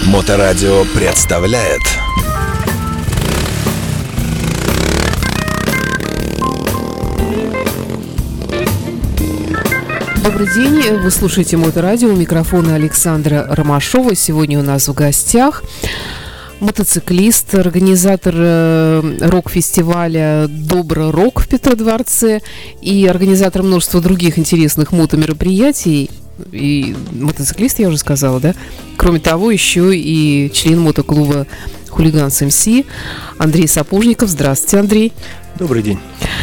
Моторадио представляет Добрый день, вы слушаете Моторадио, у микрофона Александра Ромашова. Сегодня у нас в гостях мотоциклист, организатор рок-фестиваля «Добро-рок» в Петродворце и организатор множества других интересных мотомероприятий. И мотоциклист, я уже сказала, да? Кроме того, еще и член мотоклуба «Хулиганс МС» Андрей Сапожников. Здравствуйте, Андрей. Добрый день.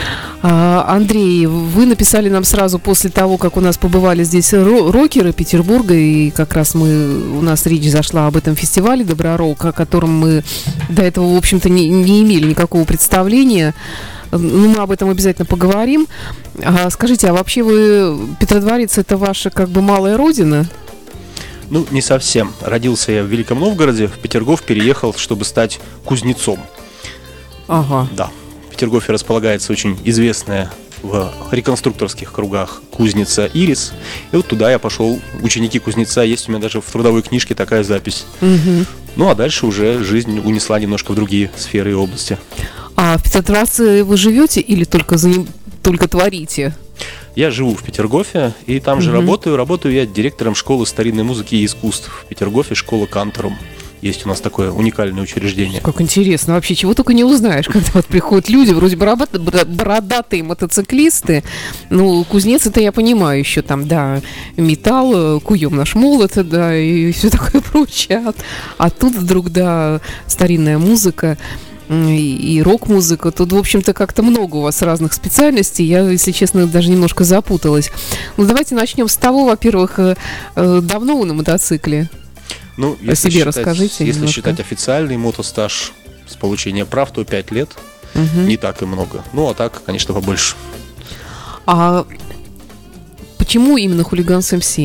Андрей, вы написали нам сразу после того, как у нас побывали здесь рокеры Петербурга, и как раз у нас речь зашла об этом фестивале «Добро-рок», о котором мы до этого, в общем-то, не имели никакого представления. Ну, мы об этом обязательно поговорим. Скажите, а вообще Петродворец — это ваша как бы малая родина? Ну, не совсем. Родился я в Великом Новгороде, в Петергоф переехал, чтобы стать кузнецом. Ага. Да. В Петергофе располагается очень известная в реконструкторских кругах кузница «Ирис». И вот туда я пошел. Ученики кузнеца, есть у меня даже в трудовой книжке такая запись. Угу. Ну, а дальше уже жизнь унесла немножко в другие сферы и области. А в Петродворце вы живете или только творите? Я живу в Петергофе и там же работаю. Работаю я директором школы старинной музыки и искусств в Петергофе, школа «Канторум». Есть у нас такое уникальное учреждение. Как интересно. Вообще, чего только не узнаешь, когда вот приходят люди, вроде бородатые мотоциклисты. Ну, кузнец, это я понимаю еще там, да, металл, куем наш молот, да, и все такое прочее. А тут вдруг, да, старинная музыка и рок-музыка. Тут, в общем-то, как-то много у вас разных специальностей. Я, если честно, даже немножко запуталась. Ну, давайте начнем с того, во-первых, давно вы на мотоцикле? Ну, если себе расскажите. Если считать официальный мотостаж с получения прав, то 5 лет. Не так и много. Ну, а так, конечно, побольше. А почему именно «Хулиганс МС»?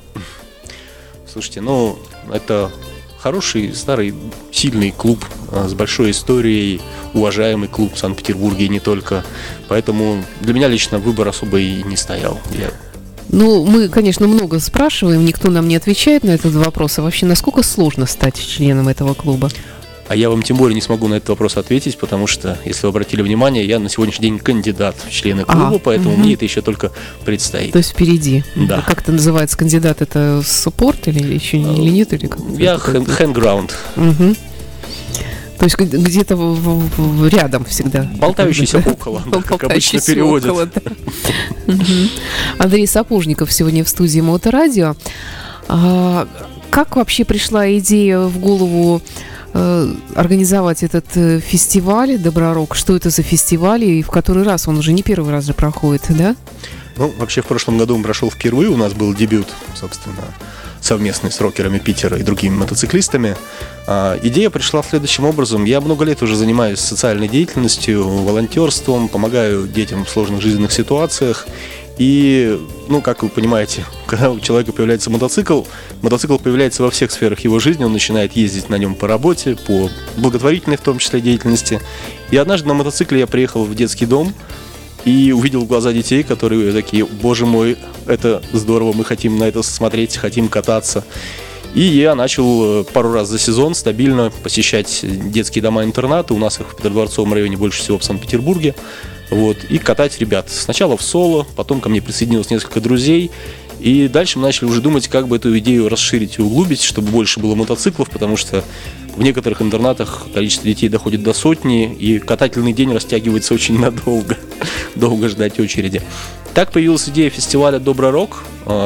Слушайте, ну, это хороший, старый, сильный клуб с большой историей, уважаемый клуб в Санкт-Петербурге и не только. Поэтому для меня лично выбор особо и не стоял. Ну, мы, конечно, много спрашиваем, никто нам не отвечает на этот вопрос. А вообще, насколько сложно стать членом этого клуба? А я вам тем более не смогу на этот вопрос ответить, потому что, если вы обратили внимание, я на сегодняшний день кандидат в члены клуба, поэтому мне это еще только предстоит. То есть впереди. Да. Как это называется, кандидат? Это суппорт или еще или нет? Или как? Я хэндграунд. То есть где-то рядом всегда. Болтающийся около, как обычно переводят. Андрей Сапожников сегодня в студии Моторадио. Как вообще пришла идея в голову организовать этот фестиваль «Добро-рок»? Что это за фестиваль и в который раз? Он уже не первый раз же проходит, да? Ну, вообще в прошлом году он прошел впервые. У нас был дебют, собственно, совместный с рокерами Питера и другими мотоциклистами. Идея пришла следующим образом. Я много лет уже занимаюсь социальной деятельностью, волонтерством, помогаю детям в сложных жизненных ситуациях. И, ну, как вы понимаете, когда у человека появляется мотоцикл появляется во всех сферах его жизни, он начинает ездить на нем по работе, по благотворительной в том числе деятельности. И однажды на мотоцикле я приехал в детский дом и увидел глаза детей, которые такие: боже мой, это здорово, мы хотим на это смотреть, хотим кататься. И я начал пару раз за сезон стабильно посещать детские дома-интернаты. У нас их в Петродворцовом районе больше всего в Санкт-Петербурге. Вот, и катать ребят. Сначала в соло, потом ко мне присоединилось несколько друзей. И дальше мы начали уже думать, как бы эту идею расширить и углубить, чтобы больше было мотоциклов, потому что в некоторых интернатах количество детей доходит до 100, и катательный день растягивается очень надолго. Долго ждать очереди. Так появилась идея фестиваля «Добро-рок».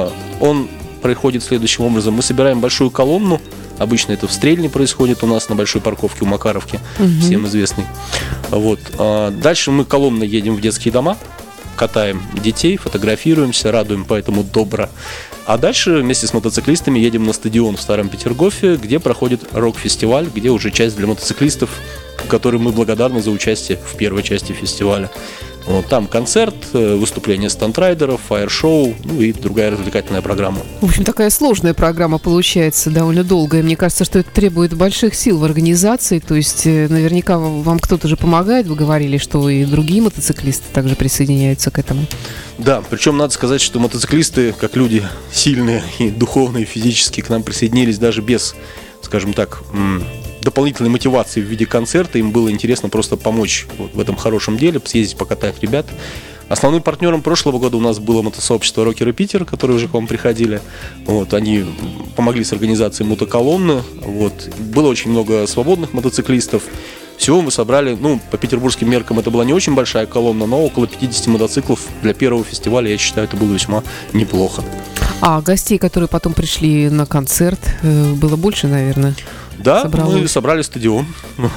Он происходит следующим образом. Мы собираем большую колонну. Обычно это в Стрельне происходит у нас на большой парковке у Макаровки, всем известный. Вот. Дальше мы колонной едем в детские дома, катаем детей, фотографируемся, радуем поэтому добро. А дальше вместе с мотоциклистами едем на стадион в Старом Петергофе, где проходит рок-фестиваль, где уже часть для мотоциклистов, которым мы благодарны за участие в первой части фестиваля. Вот, там концерт, выступление стандрайдеров, фаер-шоу, ну и другая развлекательная программа. В общем, такая сложная программа получается, довольно долгая. Мне кажется, что это требует больших сил в организации. То есть наверняка вам кто-то же помогает. Вы говорили, что и другие мотоциклисты также присоединяются к этому. Да, причем надо сказать, что мотоциклисты, как люди сильные и духовные, и физически, к нам присоединились даже без, скажем так, дополнительной мотивации в виде концерта. Им было интересно просто помочь в этом хорошем деле, съездить покатать ребят. Основным партнером прошлого года у нас было мотосообщество «Рокеры Питер», которые уже к вам приходили. Они помогли с организацией мотоколонны. Было очень много свободных мотоциклистов. Всего мы собрали, по петербургским меркам это была не очень большая колонна, но около 50 мотоциклов для первого фестиваля, я считаю, это было весьма неплохо. А гостей, которые потом пришли на концерт, было больше, наверное? Да, мы собрали стадион.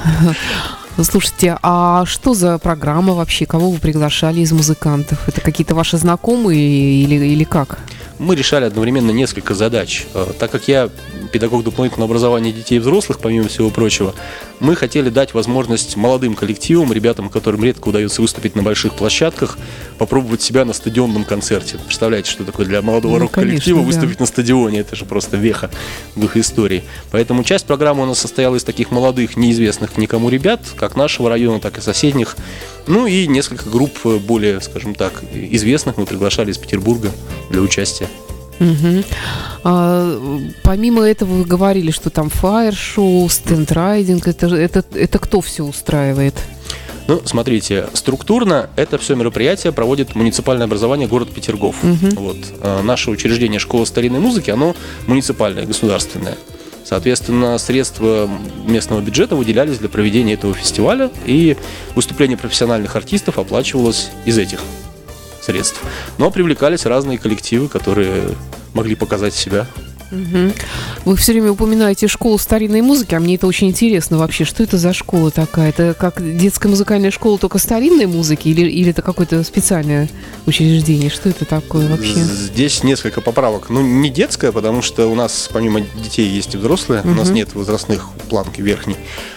Слушайте, а что за программа вообще? Кого вы приглашали из музыкантов? Это какие-то ваши знакомые или как? Мы решали одновременно несколько задач. Так как я педагог дополнительного образования детей и взрослых, помимо всего прочего, мы хотели дать возможность молодым коллективам, ребятам, которым редко удается выступить на больших площадках, попробовать себя на стадионном концерте. Представляете, что такое для молодого рок-коллектива выступить на стадионе? Это же просто веха в их истории. Поэтому часть программы у нас состояла из таких молодых, неизвестных никому ребят, как нашего района, так и соседних. И несколько групп более, скажем так, известных мы приглашали из Петербурга для участия. Угу. Помимо этого вы говорили, что там фаер-шоу, стендрайдинг, это кто все устраивает? Смотрите, структурно это все мероприятие проводит муниципальное образование город Петергоф. Наше учреждение «Школа старинной музыки», оно муниципальное, государственное. Соответственно, средства местного бюджета выделялись для проведения этого фестиваля, и выступление профессиональных артистов оплачивалось из этих средств. Но привлекались разные коллективы, которые могли показать себя. Угу. Вы все время упоминаете школу старинной музыки, а мне это очень интересно вообще. Что это за школа такая? Это как детская музыкальная школа, только старинной музыки, или это какое-то специальное учреждение? Что это такое вообще? Здесь несколько поправок. Не детская, потому что у нас помимо детей есть и взрослые. У нас нет возрастных планки верхней.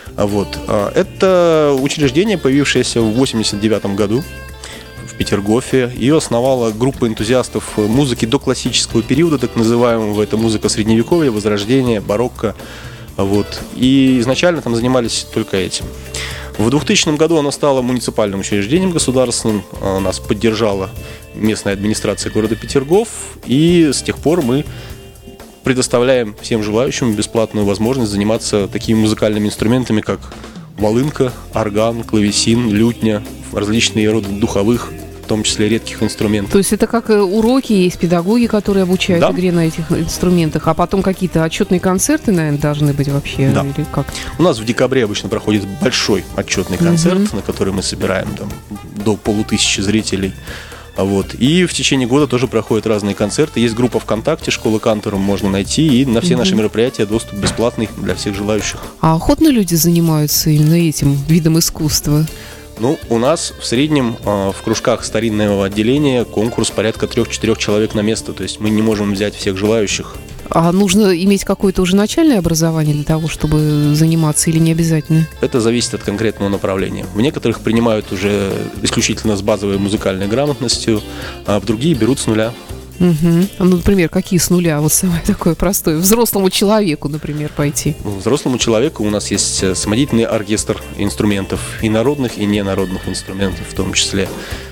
Это учреждение, появившееся в 1989 году в Петергофе. Ее основала группа энтузиастов музыки до классического периода, так называемого. Это музыка средневековья, возрождения, барокко. И изначально там занимались только этим. В 2000 году оно стало муниципальным учреждением государственным. Нас поддержала местная администрация города Петергоф. И с тех пор мы предоставляем всем желающим бесплатную возможность заниматься такими музыкальными инструментами, как волынка, орган, клавесин, лютня, различные роды духовых, в том числе редких инструментов. То есть это как уроки, есть педагоги, которые обучают игре на этих инструментах, а потом какие-то отчетные концерты, наверное, должны быть вообще? Да. Или как? У нас в декабре обычно проходит большой отчетный концерт, на который мы собираем до 500 зрителей. И в течение года тоже проходят разные концерты. Есть группа ВКонтакте «Школа Канторум», можно найти. И на все наши мероприятия доступ бесплатный для всех желающих. А охотно люди занимаются именно этим видом искусства? У нас в среднем в кружках старинного отделения конкурс порядка 3-4 человек на место. То есть мы не можем взять всех желающих. А нужно иметь какое-то уже начальное образование для того, чтобы заниматься, или не обязательно? Это зависит от конкретного направления. В некоторых принимают уже исключительно с базовой музыкальной грамотностью, а в другие берут с нуля. Угу. Например, какие с нуля? Самое такое простое. Взрослому человеку, например, пойти. Взрослому человеку у нас есть самодеятельный оркестр инструментов, и народных, и ненародных инструментов в том числе.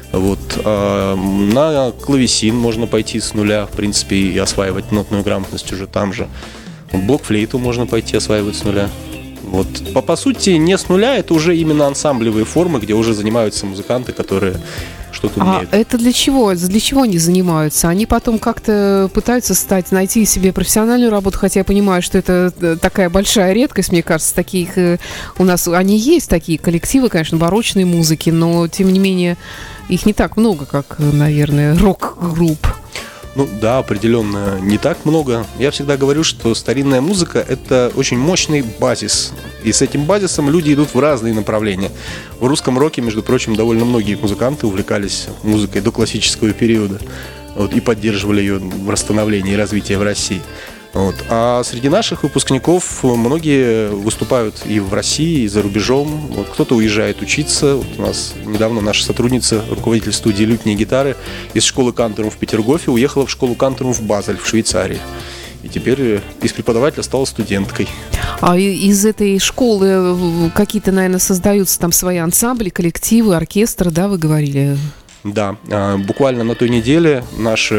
На клавесин можно пойти с нуля, в принципе, и осваивать нотную грамотность уже там же. Блокфлейту можно пойти осваивать с нуля. По сути, не с нуля, это уже именно ансамблевые формы, где уже занимаются музыканты, которые что-то умеют. А это для чего? Для чего они занимаются? Они потом как-то пытаются найти себе профессиональную работу, хотя я понимаю, что это такая большая редкость, мне кажется, таких у нас, они есть такие коллективы, конечно, барочной музыки, но, тем не менее, их не так много, как, наверное, рок-групп. Да, определенно не так много. Я всегда говорю, что старинная музыка – это очень мощный базис. И с этим базисом люди идут в разные направления. В русском роке, между прочим, довольно многие музыканты увлекались музыкой до классического периода и поддерживали ее в восстановлении и развитии в России. А среди наших выпускников многие выступают и в России, и за рубежом. Кто-то уезжает учиться. У нас недавно наша сотрудница, руководитель студии лютни и гитары из школы Канторум в Петергофе, уехала в школу Канторум в Базель, в Швейцарии. И теперь из преподавателя стала студенткой. А из этой школы какие-то, наверное, создаются там свои ансамбли, коллективы, оркестры, да, вы говорили? Да, буквально на той неделе наши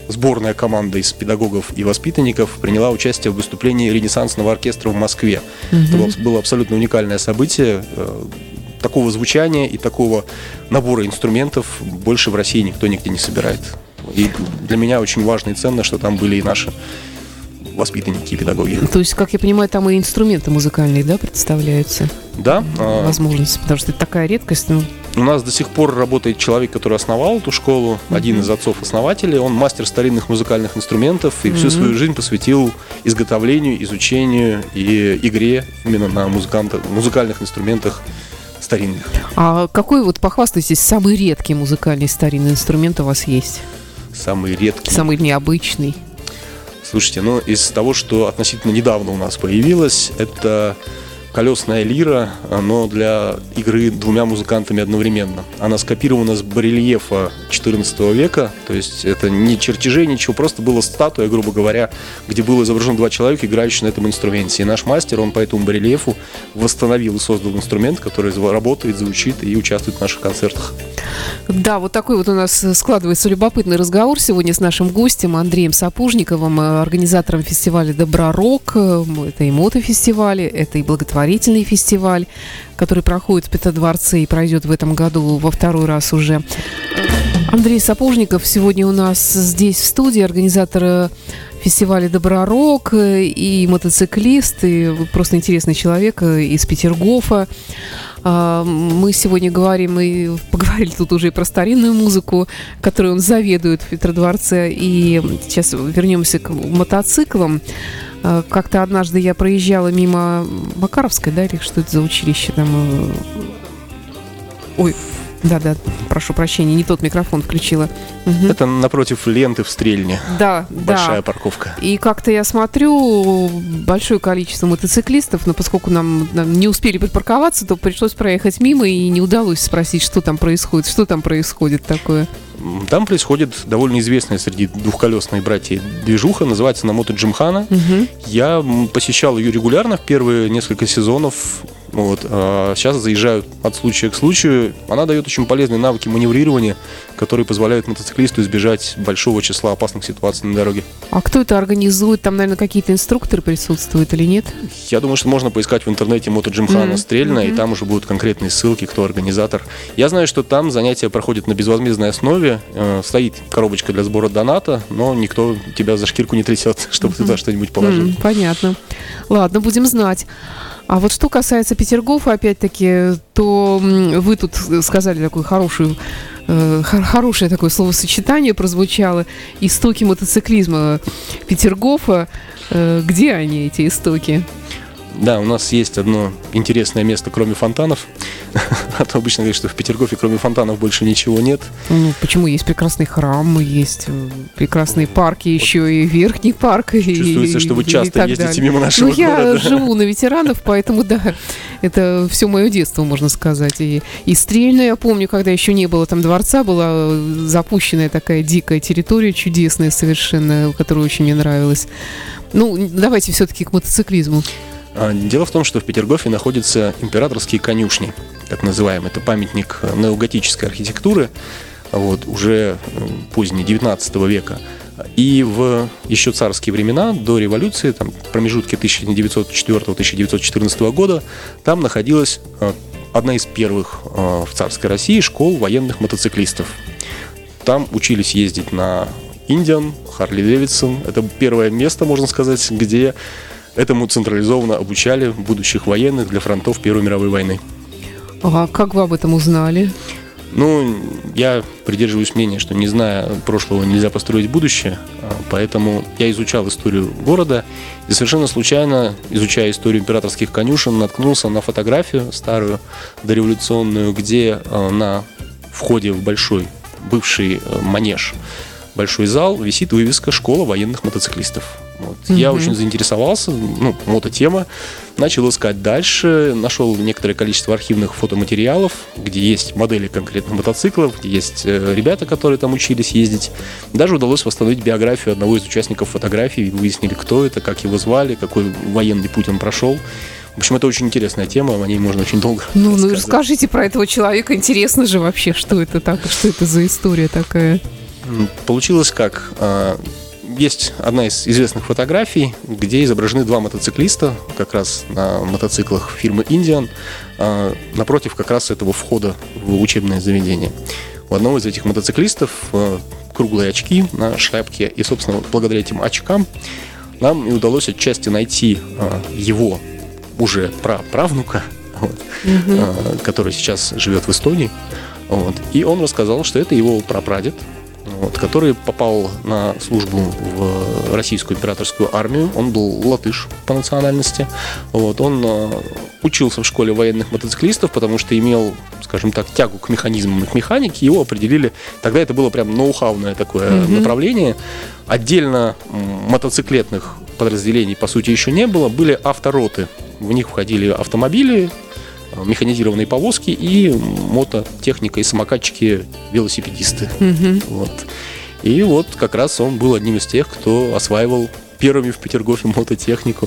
сборная команда из педагогов и воспитанников приняла участие в выступлении Ренессансного оркестра в Москве. Это было абсолютно уникальное событие. Такого звучания и такого набора инструментов больше в России никто нигде не собирает. И для меня очень важно и ценно, что там были и наши воспитанники и педагоги. То есть, как я понимаю, там и инструменты музыкальные, да, представляются? Да. Возможность, потому что это такая редкость. У нас до сих пор работает человек, который основал эту школу, один из отцов-основателей. Он мастер старинных музыкальных инструментов и всю свою жизнь посвятил изготовлению, изучению и игре именно на музыкальных инструментах старинных. А какой, вот похвастайтесь, самый редкий музыкальный старинный инструмент у вас есть? Самый редкий? Самый необычный? Слушайте, из того, что относительно недавно у нас появилось, это колесная лира, но для игры двумя музыкантами одновременно. Она скопирована с барельефа XIV века, то есть это не чертежей, ничего, просто была статуя, грубо говоря, где было изображено два человека, играющие на этом инструменте. И наш мастер, он по этому барельефу восстановил и создал инструмент, который работает, звучит и участвует в наших концертах. Да, вот такой вот у нас складывается любопытный разговор сегодня с нашим гостем Андреем Сапожниковым, организатором фестиваля «Добророк». Это и мотофестиваль, это и благотворительный фестиваль, который проходит в Петродворце и пройдет в этом году во второй раз уже. Андрей Сапожников сегодня у нас здесь в студии, организатор фестиваля «Добророк» и мотоциклист, и просто интересный человек из Петергофа. Мы сегодня поговорили тут уже и про старинную музыку, которой он заведует в Петродворце. И сейчас вернемся к мотоциклам. Как-то однажды я проезжала мимо Макаровской, да, или что это за училище там? Ой, да, прошу прощения, не тот микрофон включила. Угу. Это напротив ленты в Стрельне. Да, большая парковка. И как-то я смотрю, большое количество мотоциклистов, но поскольку нам не успели припарковаться, то пришлось проехать мимо, и не удалось спросить, что там происходит такое. Там происходит довольно известная среди двухколесных братьев движуха, называется она «Мото Джимхана». Угу. Я посещал ее регулярно в первые несколько сезонов. Сейчас заезжаю от случая к случаю. Она дает очень полезные навыки маневрирования, которые позволяют мотоциклисту избежать большого числа опасных ситуаций на дороге. А кто это организует? Там, наверное, какие-то инструкторы присутствуют или нет? Я думаю, что можно поискать в интернете «Мото Джимхана Стрельна», и там уже будут конкретные ссылки, кто организатор. Я знаю, что там занятия проходят на безвозмездной основе. Стоит коробочка для сбора доната, но никто тебя за шкирку не трясет, чтобы ты туда что-нибудь положил. Понятно. Ладно, будем знать. А вот что касается Петергофа, опять-таки, то вы тут сказали такое хорошее такое словосочетание прозвучало. Истоки мотоциклизма Петергофа. Где они, эти истоки? Да, у нас есть одно интересное место, кроме фонтанов. А то обычно говорят, что в Петергофе кроме фонтанов больше ничего нет. Почему? Есть прекрасный храм, есть прекрасные парки, еще и верхний парк. Чувствуется, что вы часто ездите мимо нашего города. Я живу на ветеранов, поэтому, да, это все мое детство, можно сказать. И Стрельна, я помню, когда еще не было там дворца, была запущенная такая дикая территория, чудесная совершенно, которая очень мне нравилась. Давайте все-таки к мотоциклизму. Дело в том, что в Петергофе находятся императорские конюшни, так называемый. Это памятник неоготической архитектуры, уже поздней 19 века. И в еще царские времена, до революции, там, в промежутке 1904-1914 года, там находилась одна из первых в царской России школ военных мотоциклистов. Там учились ездить на Индиан, Харли Дэвидсон. Это первое место, можно сказать, где этому централизованно обучали будущих военных для фронтов Первой мировой войны. А как вы об этом узнали? Я придерживаюсь мнения, что не зная прошлого, нельзя построить будущее, поэтому я изучал историю города и совершенно случайно, изучая историю императорских конюшен, наткнулся на фотографию старую, дореволюционную, где на входе в большой бывший манеж, большой зал, висит вывеска «Школа военных мотоциклистов». Я очень заинтересовался, мототема, начал искать дальше, нашел некоторое количество архивных фотоматериалов, где есть модели конкретных мотоциклов, где есть ребята, которые там учились ездить. Даже удалось восстановить биографию одного из участников фотографий, выяснили, кто это, как его звали, какой военный путь он прошел. В общем, это очень интересная тема, о ней можно очень долго рассказывать. Расскажите про этого человека, интересно же вообще, что это за история такая. Получилось как? Есть одна из известных фотографий, где изображены два мотоциклиста, как раз на мотоциклах фирмы Indian, напротив как раз этого входа в учебное заведение. У одного из этих мотоциклистов круглые очки на шляпке, и, собственно, благодаря этим очкам нам и удалось отчасти найти его уже праправнука, который сейчас живет в Эстонии. И он рассказал, что это его прапрадед, который попал на службу в российскую императорскую армию. Он был латыш по национальности. Он учился в школе военных мотоциклистов, потому что имел, скажем так, тягу к механизмам и к механике. Его определили, тогда это было прям ноу-хауное такое направление. Отдельно мотоциклетных подразделений, по сути, еще не было. Были автороты. В них входили автомобили, механизированные повозки и мототехника, и самокатчики, велосипедисты. И как раз он был одним из тех, кто осваивал первыми в Петергофе мототехнику.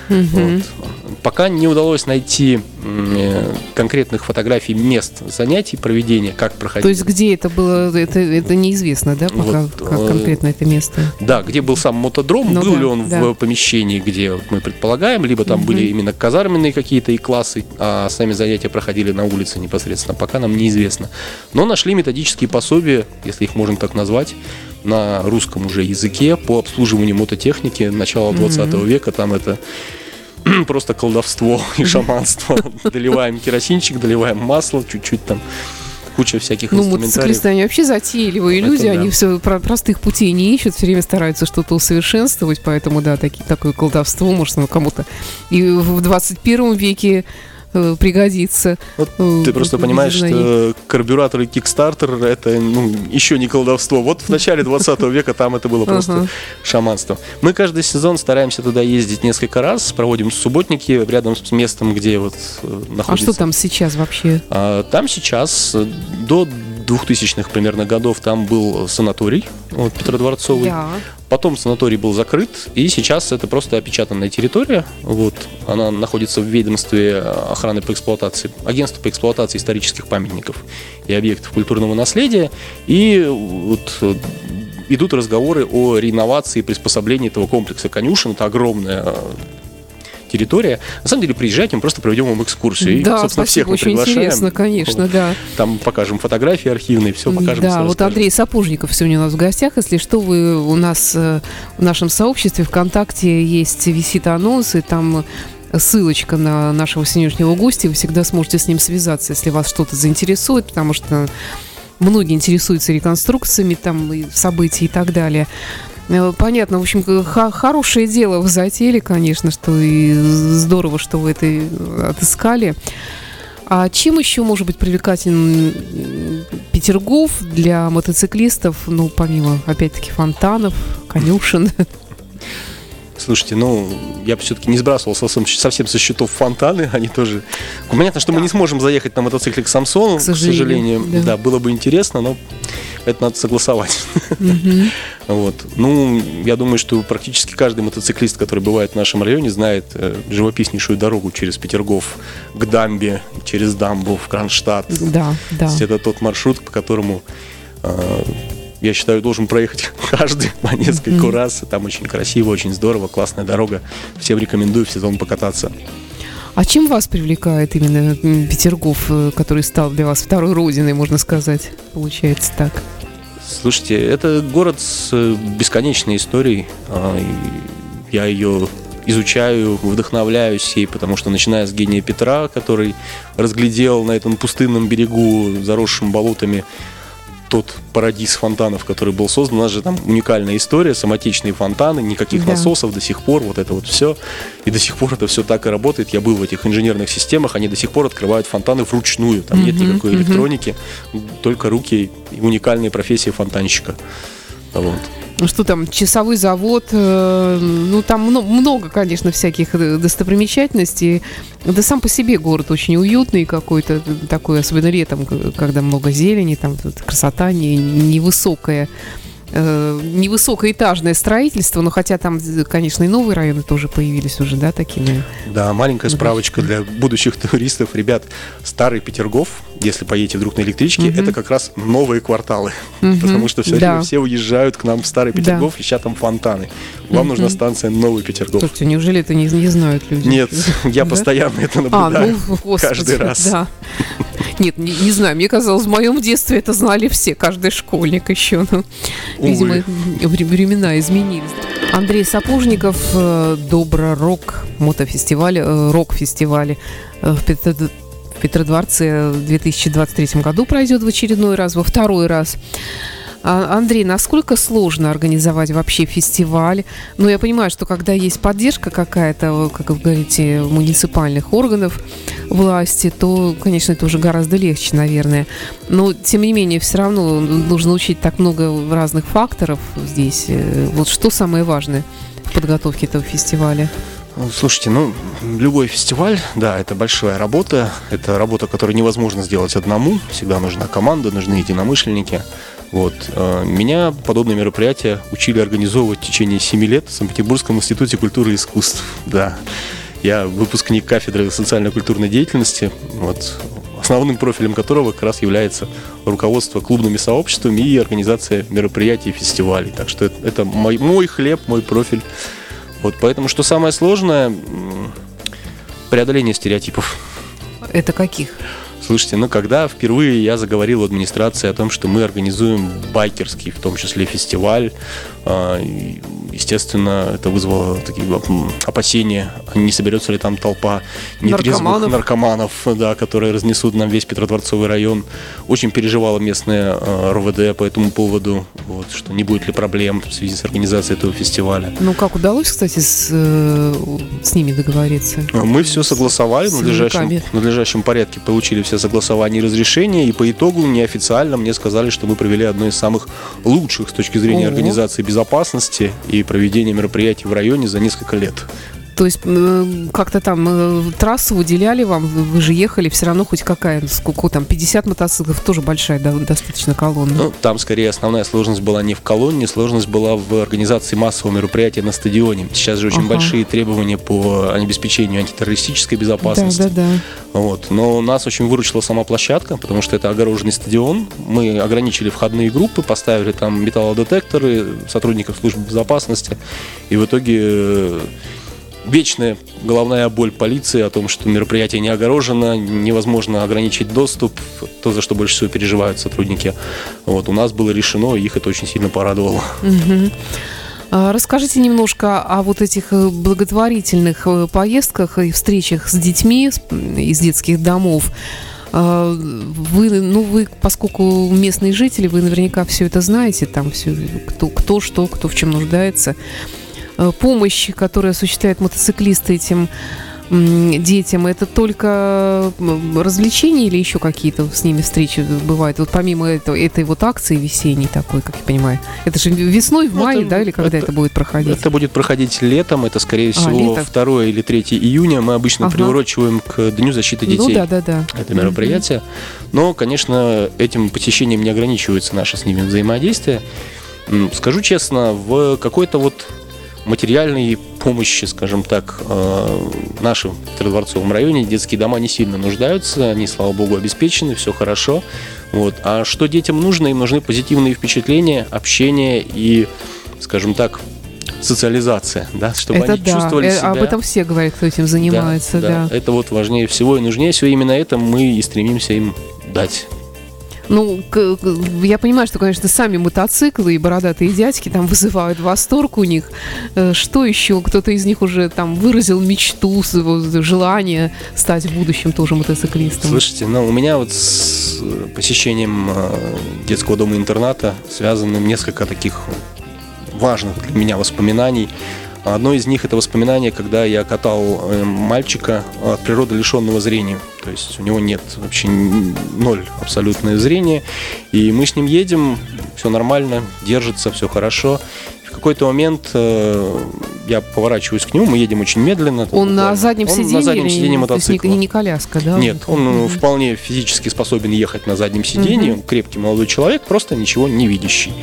Пока не удалось найти конкретных фотографий мест занятий, проведения, как проходить. То есть где это было, это неизвестно, да, пока как конкретно это место? Да, где был сам мотодром, был ли он в помещении, где мы предполагаем, либо там были именно казарменные какие-то и классы, а сами занятия проходили на улице непосредственно, пока нам неизвестно. Но нашли методические пособия, если их можно так назвать, на русском уже языке по обслуживанию мототехники начала 20 века. Там это просто колдовство и шаманство. Доливаем керосинчик, доливаем масло, чуть-чуть там, куча всяких инструментариев. Мотоциклисты, они вообще затейливые люди, они все простых путей не ищут, все время стараются что-то усовершенствовать, поэтому, да, такое колдовство, может, кому-то и в 21 веке пригодится. Ты просто понимаешь, что карбюратор и кикстартер — это еще не колдовство. В начале 20 века там это было просто шаманство. Мы каждый сезон стараемся туда ездить несколько раз, проводим субботники рядом с местом, где находится. А что там сейчас вообще? Там сейчас до 2000-х примерно годов там был санаторий Петродворцовый. Да. Потом санаторий был закрыт, и сейчас это просто опечатанная территория. Она находится в ведомстве охраны по эксплуатации, агентства по эксплуатации исторических памятников и объектов культурного наследия. И идут разговоры о реновации и приспособлении этого комплекса конюшен. Это огромная территория. На самом деле, приезжайте, мы просто проведем вам экскурсию. Да, и, собственно, всех мы приглашаем. Очень интересно, конечно, да. Там покажем фотографии архивные, все покажем. Да, Андрей Сапожников сегодня у нас в гостях. Если что, вы у нас в нашем сообществе ВКонтакте висит анонс, и там ссылочка на нашего сегодняшнего гостя. Вы всегда сможете с ним связаться, если вас что-то заинтересует, потому что многие интересуются реконструкциями там, событий и так далее. Понятно, в общем, хорошее дело вы затеяли, конечно, что и здорово, что вы это отыскали. А чем еще может быть привлекателен Петергоф для мотоциклистов, помимо, опять-таки, фонтанов, конюшен? Слушайте, я бы все-таки не сбрасывал совсем со счетов фонтаны, они тоже... Понятно, что мы не сможем заехать на мотоцикле к Самсону, к сожалению. Да, было бы интересно, но это надо согласовать. Я думаю, что практически каждый мотоциклист, который бывает в нашем районе, знает живописнейшую дорогу через Петергоф к дамбе, через дамбу в Кронштадт. Да. Это тот маршрут, по которому... я считаю, должен проехать каждый по нескольку раз. Там очень красиво, очень здорово, классная дорога. Всем рекомендую в сезон покататься. А чем вас привлекает именно Петергоф, который стал для вас второй родиной, можно сказать? Получается так. Слушайте, это город с бесконечной историей. Я ее изучаю, вдохновляюсь ей, потому что, начиная с гения Петра, который разглядел на этом пустынном берегу, заросшим болотами, тот парадиз фонтанов, который был создан. У нас же там уникальная история, самотечные фонтаны, никаких насосов до сих пор, это все. И до сих пор это все так и работает. Я был в этих инженерных системах, они до сих пор открывают фонтаны вручную. Там нет никакой электроники, только руки и уникальная профессия фонтанщика. Что там, часовой завод, там много, конечно, всяких достопримечательностей. Да сам по себе город очень уютный какой-то, такой, особенно летом, когда много зелени, там красота невысокая. невысокоэтажное строительство, но хотя там, конечно, и новые районы тоже появились уже, да, такими. Да, маленькая справочка для будущих туристов. Ребят, старый Петергоф, если поедете вдруг на электричке, это как раз новые кварталы. Потому что все время все уезжают к нам в старый Петергоф, ища там фонтаны. Вам нужна станция Новый Петергоф. Слушайте, неужели это не знают люди? Нет, я постоянно это наблюдаю. Каждый раз. Да. Нет, не знаю, мне казалось, в моем детстве это знали все, каждый школьник еще. Ну, видимо, времена изменились. Андрей Сапожников, Добро-Рок, мотофестиваль, рок-фестиваль в Петродворце в 2023 году пройдет в очередной раз, во второй раз. Андрей, насколько сложно организовать вообще фестиваль? Ну, я понимаю, что когда есть поддержка какая-то, как вы говорите, муниципальных органов власти, то, конечно, это уже гораздо легче, наверное. Но, тем не менее, все равно нужно учить так много разных факторов здесь. Вот что самое важное в подготовке этого фестиваля? Слушайте, любой фестиваль, да, это большая работа. Это работа, которую невозможно сделать одному. Всегда нужна команда, нужны единомышленники. Вот. Меня подобные мероприятия учили организовывать в течение 7 лет в Санкт-Петербургском институте культуры и искусств. Да. Я выпускник кафедры социально-культурной деятельности, вот, основным профилем которого как раз является руководство клубными сообществами и организация мероприятий и фестивалей. Так что это мой хлеб, мой профиль. Вот, поэтому что самое сложное – преодоление стереотипов. Это каких? Слушайте, когда впервые я заговорил в администрации о том, что мы организуем байкерский, в том числе фестиваль, естественно, это вызвало такие опасения, не соберется ли там толпа нетрезвых наркоманов, да, которые разнесут нам весь Петродворцовый район. Очень переживало местное РОВД по этому поводу, вот, что не будет ли проблем в связи с организацией этого фестиваля. Ну, как удалось, кстати, с ними договориться? Мы все согласовали в надлежащем порядке, получили все согласования и разрешения, и по итогу неофициально мне сказали, что мы провели одно из самых лучших с точки зрения организации безопасности и проведения мероприятий в районе за несколько лет. То есть как-то там трассу выделяли вам, вы же ехали, все равно хоть какая, сколько там, 50 мотоциклов, тоже большая достаточно колонна. Там скорее основная сложность была не в колонне, сложность была в организации массового мероприятия на стадионе. Сейчас же очень большие требования по обеспечению антитеррористической безопасности. Да. Вот. Но нас очень выручила сама площадка, потому что это огороженный стадион. Мы ограничили входные группы, поставили там металлодетекторы сотрудников службы безопасности, и в итоге вечная головная боль полиции о том, что мероприятие не огорожено, невозможно ограничить доступ, то, за что больше всего переживают сотрудники. Вот, у нас было решено, и их это очень сильно порадовало. Расскажите немножко о вот этих благотворительных поездках и встречах с детьми из детских домов. Вы, поскольку местные жители, вы наверняка все это знаете, там все, кто в чем нуждается. Помощь, которую осуществляют мотоциклисты этим детям, это только развлечения или еще какие-то с ними встречи бывают? Вот помимо этой вот акции весенней такой, как я понимаю. Это же весной, в мае, да, или когда это будет проходить? Это будет проходить летом, это, скорее всего, 2 или 3 июня. Мы обычно приурочиваем к Дню защиты детей. Да. Это мероприятие. Но, конечно, этим посещением не ограничивается наше с ними взаимодействие. Скажу честно, в какой-то вот материальной помощи, скажем так, в нашем Петродворцовом районе детские дома не сильно нуждаются, они, слава богу, обеспечены, все хорошо. Вот. А что детям нужно? Им нужны позитивные впечатления, общение и, скажем так, социализация, да, чтобы это они чувствовали себя. Об этом все говорят, кто этим занимается. Да. Это вот важнее всего и нужнее всего. Именно это мы и стремимся им дать. Я понимаю, что, конечно, сами мотоциклы и бородатые дядьки там вызывают восторг у них. Что еще? Кто-то из них уже там выразил мечту, желание стать в будущем тоже мотоциклистом. Слушайте, у меня вот с посещением детского дома-интерната связано несколько таких важных для меня воспоминаний. Одно из них — это воспоминание, когда я катал мальчика от природы лишенного зрения. То есть у него нет вообще 0 абсолютное зрение. И мы с ним едем, все нормально, держится, все хорошо. И в какой-то момент я поворачиваюсь к нему, мы едем очень медленно. Он на заднем сиденье? На заднем сиденье мотоцикла. То есть не коляска, да? Нет, он вполне физически способен ехать на заднем сиденье. Он крепкий молодой человек, просто ничего не видящий.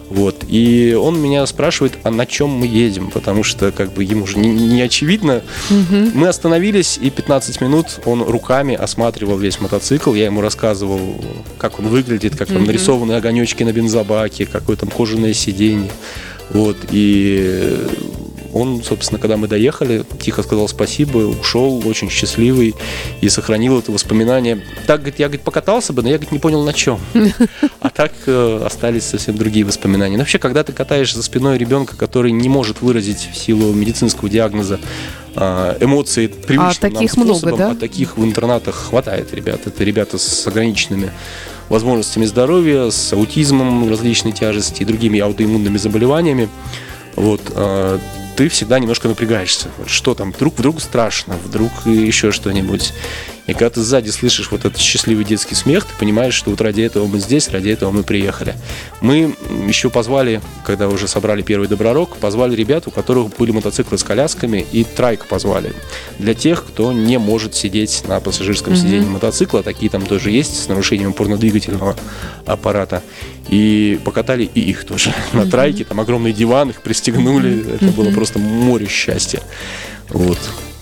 Вот. И он меня спрашивает, а на чем мы едем, потому что как бы ему же не очевидно. Мы остановились, и 15 минут он руками осматривал весь мотоцикл. Я ему рассказывал, как он выглядит, как там нарисованы огонечки на бензобаке, какое там кожаное сиденье. Вот. И он, собственно, когда мы доехали, тихо сказал спасибо, ушел очень счастливый и сохранил это воспоминание. Так, говорит, я, говорит, покатался бы, но я, говорит, не понял на чем. А так остались совсем другие воспоминания. Но вообще, когда ты катаешь за спиной ребенка, который не может выразить в силу медицинского диагноза эмоции привычным нам способом, много, да? А таких в интернатах хватает ребят. Это ребята с ограниченными возможностями здоровья, с аутизмом различной тяжести и другими аутоиммунными заболеваниями. Вот, ты всегда немножко напрягаешься. Вот что там, вдруг страшно, вдруг еще что-нибудь. И когда ты сзади слышишь вот этот счастливый детский смех, ты понимаешь, что вот ради этого мы здесь, ради этого мы приехали. Мы еще позвали, когда уже собрали первый Добророк, позвали ребят, у которых были мотоциклы с колясками, и трайк позвали. Для тех, кто не может сидеть на пассажирском сиденье мотоцикла, такие там тоже есть, с нарушением опорно-двигательного аппарата. И покатали и их тоже на трайке, там огромный диван, их пристегнули, это было просто море счастья. Вот.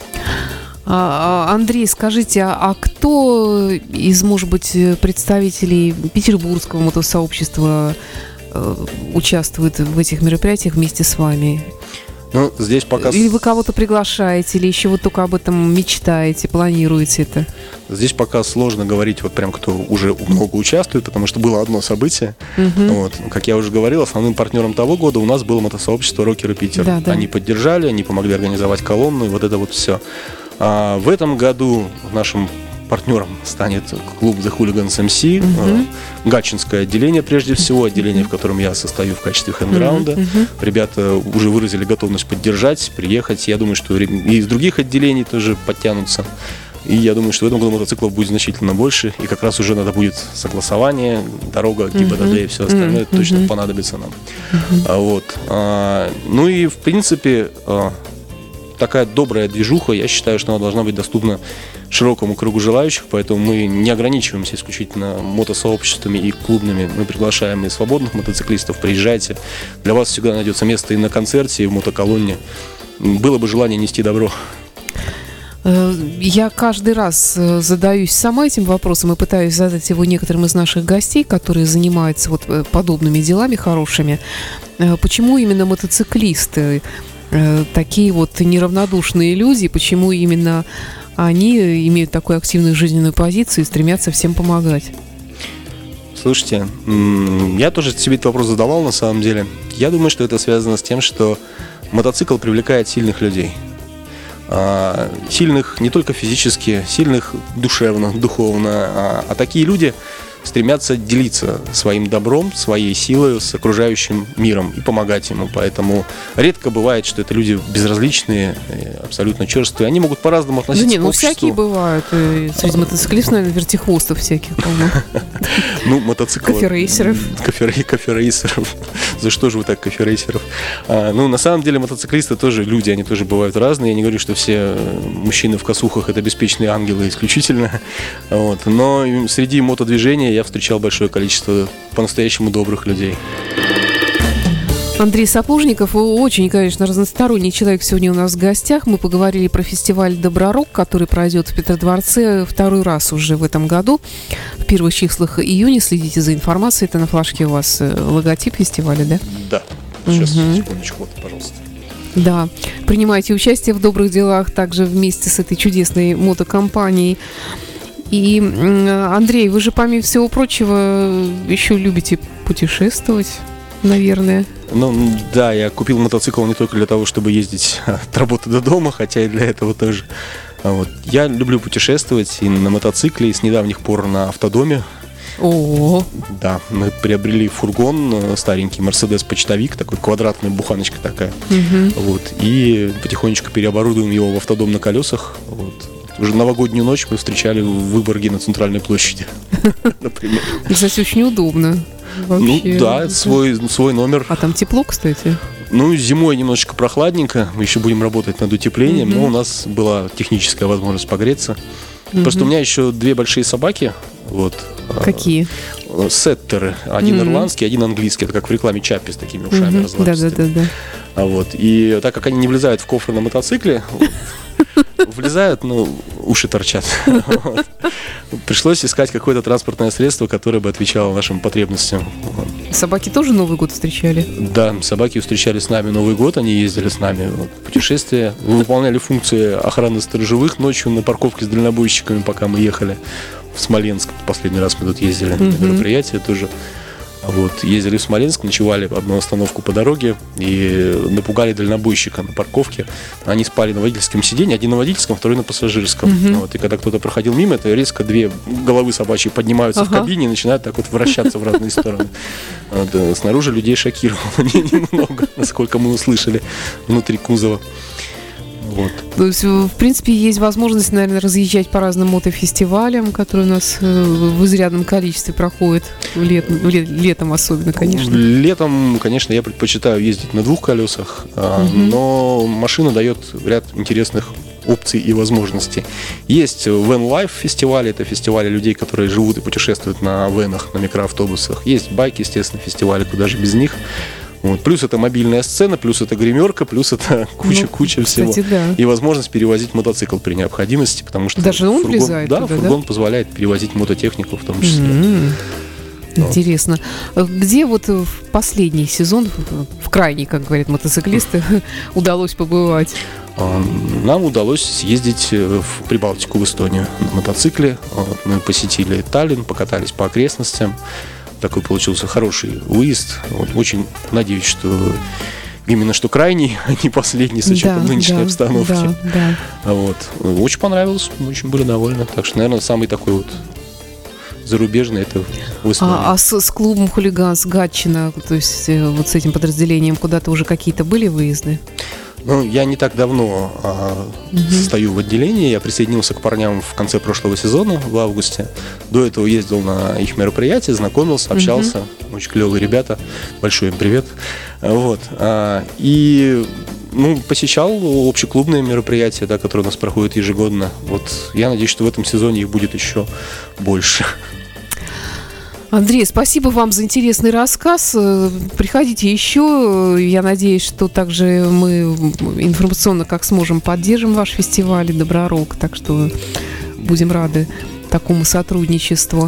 Андрей, скажите, а кто из, может быть, представителей петербургского мотосообщества участвует в этих мероприятиях вместе с вами? Ну, здесь пока... Или вы кого-то приглашаете, или еще вот только об этом мечтаете, планируете это? Здесь пока сложно говорить, вот прям кто уже много участвует, потому что было одно событие. Вот. Как я уже говорил, основным партнером того года у нас было мотосообщество «Рокеры Питер». Да. Они поддержали, они помогли организовать колонну, и вот это вот все. А в этом году нашим партнером станет клуб The Hooligans MC, гатчинское отделение, прежде всего, отделение, в котором я состою в качестве хэндграунда. Ребята уже выразили готовность поддержать, приехать. Я думаю, что и из других отделений тоже подтянутся. И я думаю, что в этом году мотоциклов будет значительно больше. И как раз уже надо будет согласование, дорога, ГИБДД и все остальное. Это точно понадобится нам. Вот. Ну и, в принципе, такая добрая движуха, я считаю, что она должна быть доступна широкому кругу желающих, поэтому мы не ограничиваемся исключительно мотосообществами и клубными. Мы приглашаем и свободных мотоциклистов, приезжайте. Для вас всегда найдется место и на концерте, и в мотоколонне. Было бы желание нести добро. Я каждый раз задаюсь сама этим вопросом и пытаюсь задать его некоторым из наших гостей, которые занимаются вот подобными делами хорошими. Почему именно мотоциклисты такие вот неравнодушные люди, почему именно они имеют такую активную жизненную позицию и стремятся всем помогать? Слушайте, я тоже себе этот вопрос задавал на самом деле. Я думаю, что это связано с тем, что мотоцикл привлекает сильных людей. Сильных не только физически, сильных душевно, духовно. А такие люди стремятся делиться своим добром, своей силой с окружающим миром и помогать ему. Поэтому редко бывает, что это люди безразличные, абсолютно черствые. Они могут по-разному относиться к обществу. Всякие бывают. Среди мотоциклистов, наверное, вертихвостов всяких, по-моему. Ну, мотоцикл... Коферейсеров. Коферейсеров. За что же вы так коферейсеров? Ну, на самом деле, мотоциклисты тоже люди, они тоже бывают разные. Я не говорю, что все мужчины в косухах — это беспечные ангелы исключительно. Вот. Но среди мотодвижения я встречал большое количество по-настоящему добрых людей. Андрей Сапожников, очень, конечно, разносторонний человек сегодня у нас в гостях. Мы поговорили про фестиваль «Добророк», который пройдет в Петродворце второй раз уже в этом году, в первых числах июня. Следите за информацией. Это на флажке у вас логотип фестиваля, да? Да. Сейчас, секундочку, вот, пожалуйста. Да. Принимайте участие в добрых делах также вместе с этой чудесной мотокомпанией. И, Андрей, вы же, помимо всего прочего, еще любите путешествовать, наверное. Ну, да, я купил мотоцикл не только для того, чтобы ездить от работы до дома, хотя и для этого тоже. Вот. Я люблю путешествовать и на мотоцикле, и с недавних пор на автодоме. О, да, мы приобрели фургон, старенький Mercedes-почтовик, такой квадратная буханочка такая. Вот, и потихонечку переоборудуем его в автодом на колесах. Вот. Уже новогоднюю ночь мы встречали в Выборге на Центральной площади, например. Кстати, очень удобно. Ну да, свой номер. А там тепло, кстати? Ну, зимой немножечко прохладненько. Мы еще будем работать над утеплением, но у нас была техническая возможность погреться. Просто у меня еще 2 большие собаки. Вот. Какие? Сеттеры. Один ирландский, один английский. Это как в рекламе Чаппи с такими ушами разлапистыми. Да. Вот. И так как они не влезают в кофр на мотоцикле, влезают, уши торчат. Вот. Пришлось искать какое-то транспортное средство, которое бы отвечало нашим потребностям. Собаки тоже Новый год встречали? Да, собаки встречали с нами Новый год, они ездили с нами в путешествие, выполняли функции охраны сторожевых ночью на парковке с дальнобойщиками, пока мы ехали в Смоленск. Последний раз мы тут ездили на мероприятие тоже. Вот, ездили в Смоленск, ночевали одну остановку по дороге и напугали дальнобойщика на парковке. Они спали на водительском сиденье, один на водительском, второй на пассажирском. Вот, и когда кто-то проходил мимо, это резко 2 головы собачьи поднимаются в кабине и начинают так вот вращаться в разные стороны. Вот, снаружи людей шокировало немного, насколько мы услышали внутри кузова. Вот. То есть, в принципе, есть возможность, наверное, разъезжать по разным мотофестивалям, которые у нас в изрядном количестве проходят, летом особенно, конечно. Летом, конечно, я предпочитаю ездить на 2 колесах, но машина дает ряд интересных опций и возможностей. Есть Van Life фестивали, это фестивали людей, которые живут и путешествуют на венах, на микроавтобусах. Есть байк, естественно, фестивали, куда же без них. Вот. Плюс это мобильная сцена, плюс это гримерка, плюс это куча всего. Кстати, да. И возможность перевозить мотоцикл при необходимости, потому что даже он влезает туда, фургон позволяет перевозить мототехнику в том числе. Вот. Интересно. Где вот в последний сезон, в крайний, как говорят мотоциклисты, удалось побывать? Нам удалось съездить в Прибалтику, в Эстонию на мотоцикле. Вот. Мы посетили Таллин, покатались по окрестностям. Такой получился хороший выезд. Вот, очень надеюсь, что именно что крайний, а не последний с учетом нынешней обстановки. Вот. Очень понравилось, очень были довольны. Так что, наверное, самый такой вот зарубежный это в Эстонии. А с клубом «Хулиганс» Гатчина, то есть вот с этим подразделением куда-то уже какие-то были выезды? Я не так давно стою в отделении. Я присоединился к парням в конце прошлого сезона, в августе. До этого ездил на их мероприятия, знакомился, общался. Очень клевые ребята. Большой им привет. Вот. И посещал общеклубные мероприятия, которые у нас проходят ежегодно. Вот. Я надеюсь, что в этом сезоне их будет еще больше. Андрей, спасибо вам за интересный рассказ. Приходите еще. Я надеюсь, что также мы информационно как сможем поддержим ваш фестиваль «Добророк». Так что будем рады такому сотрудничеству.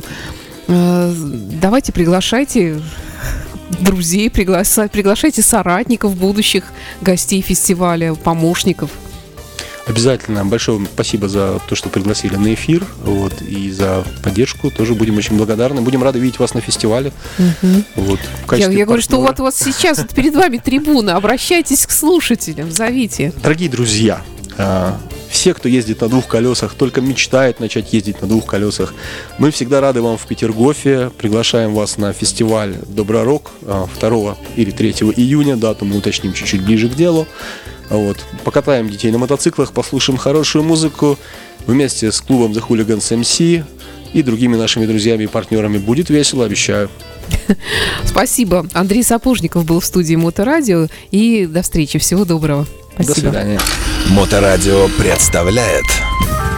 Давайте приглашайте друзей, приглашайте соратников, будущих гостей фестиваля, помощников. Обязательно. Большое спасибо за то, что пригласили на эфир, и за поддержку. Тоже будем очень благодарны. Будем рады видеть вас на фестивале. Вот, я говорю, что вот сейчас перед вами трибуна. Обращайтесь к слушателям, зовите. Дорогие друзья, все, кто ездит на 2 колесах, только мечтает начать ездить на 2 колесах, мы всегда рады вам в Петергофе. Приглашаем вас на фестиваль «Добророк» 2 или 3 июня. Дату мы уточним чуть-чуть ближе к делу. Вот. Покатаем детей на мотоциклах, послушаем хорошую музыку вместе с клубом The Hooligans MC и другими нашими друзьями и партнерами. Будет весело, обещаю. Спасибо. Андрей Сапожников был в студии Моторадио. И до встречи. Всего доброго. Спасибо. До свидания. Моторадио представляет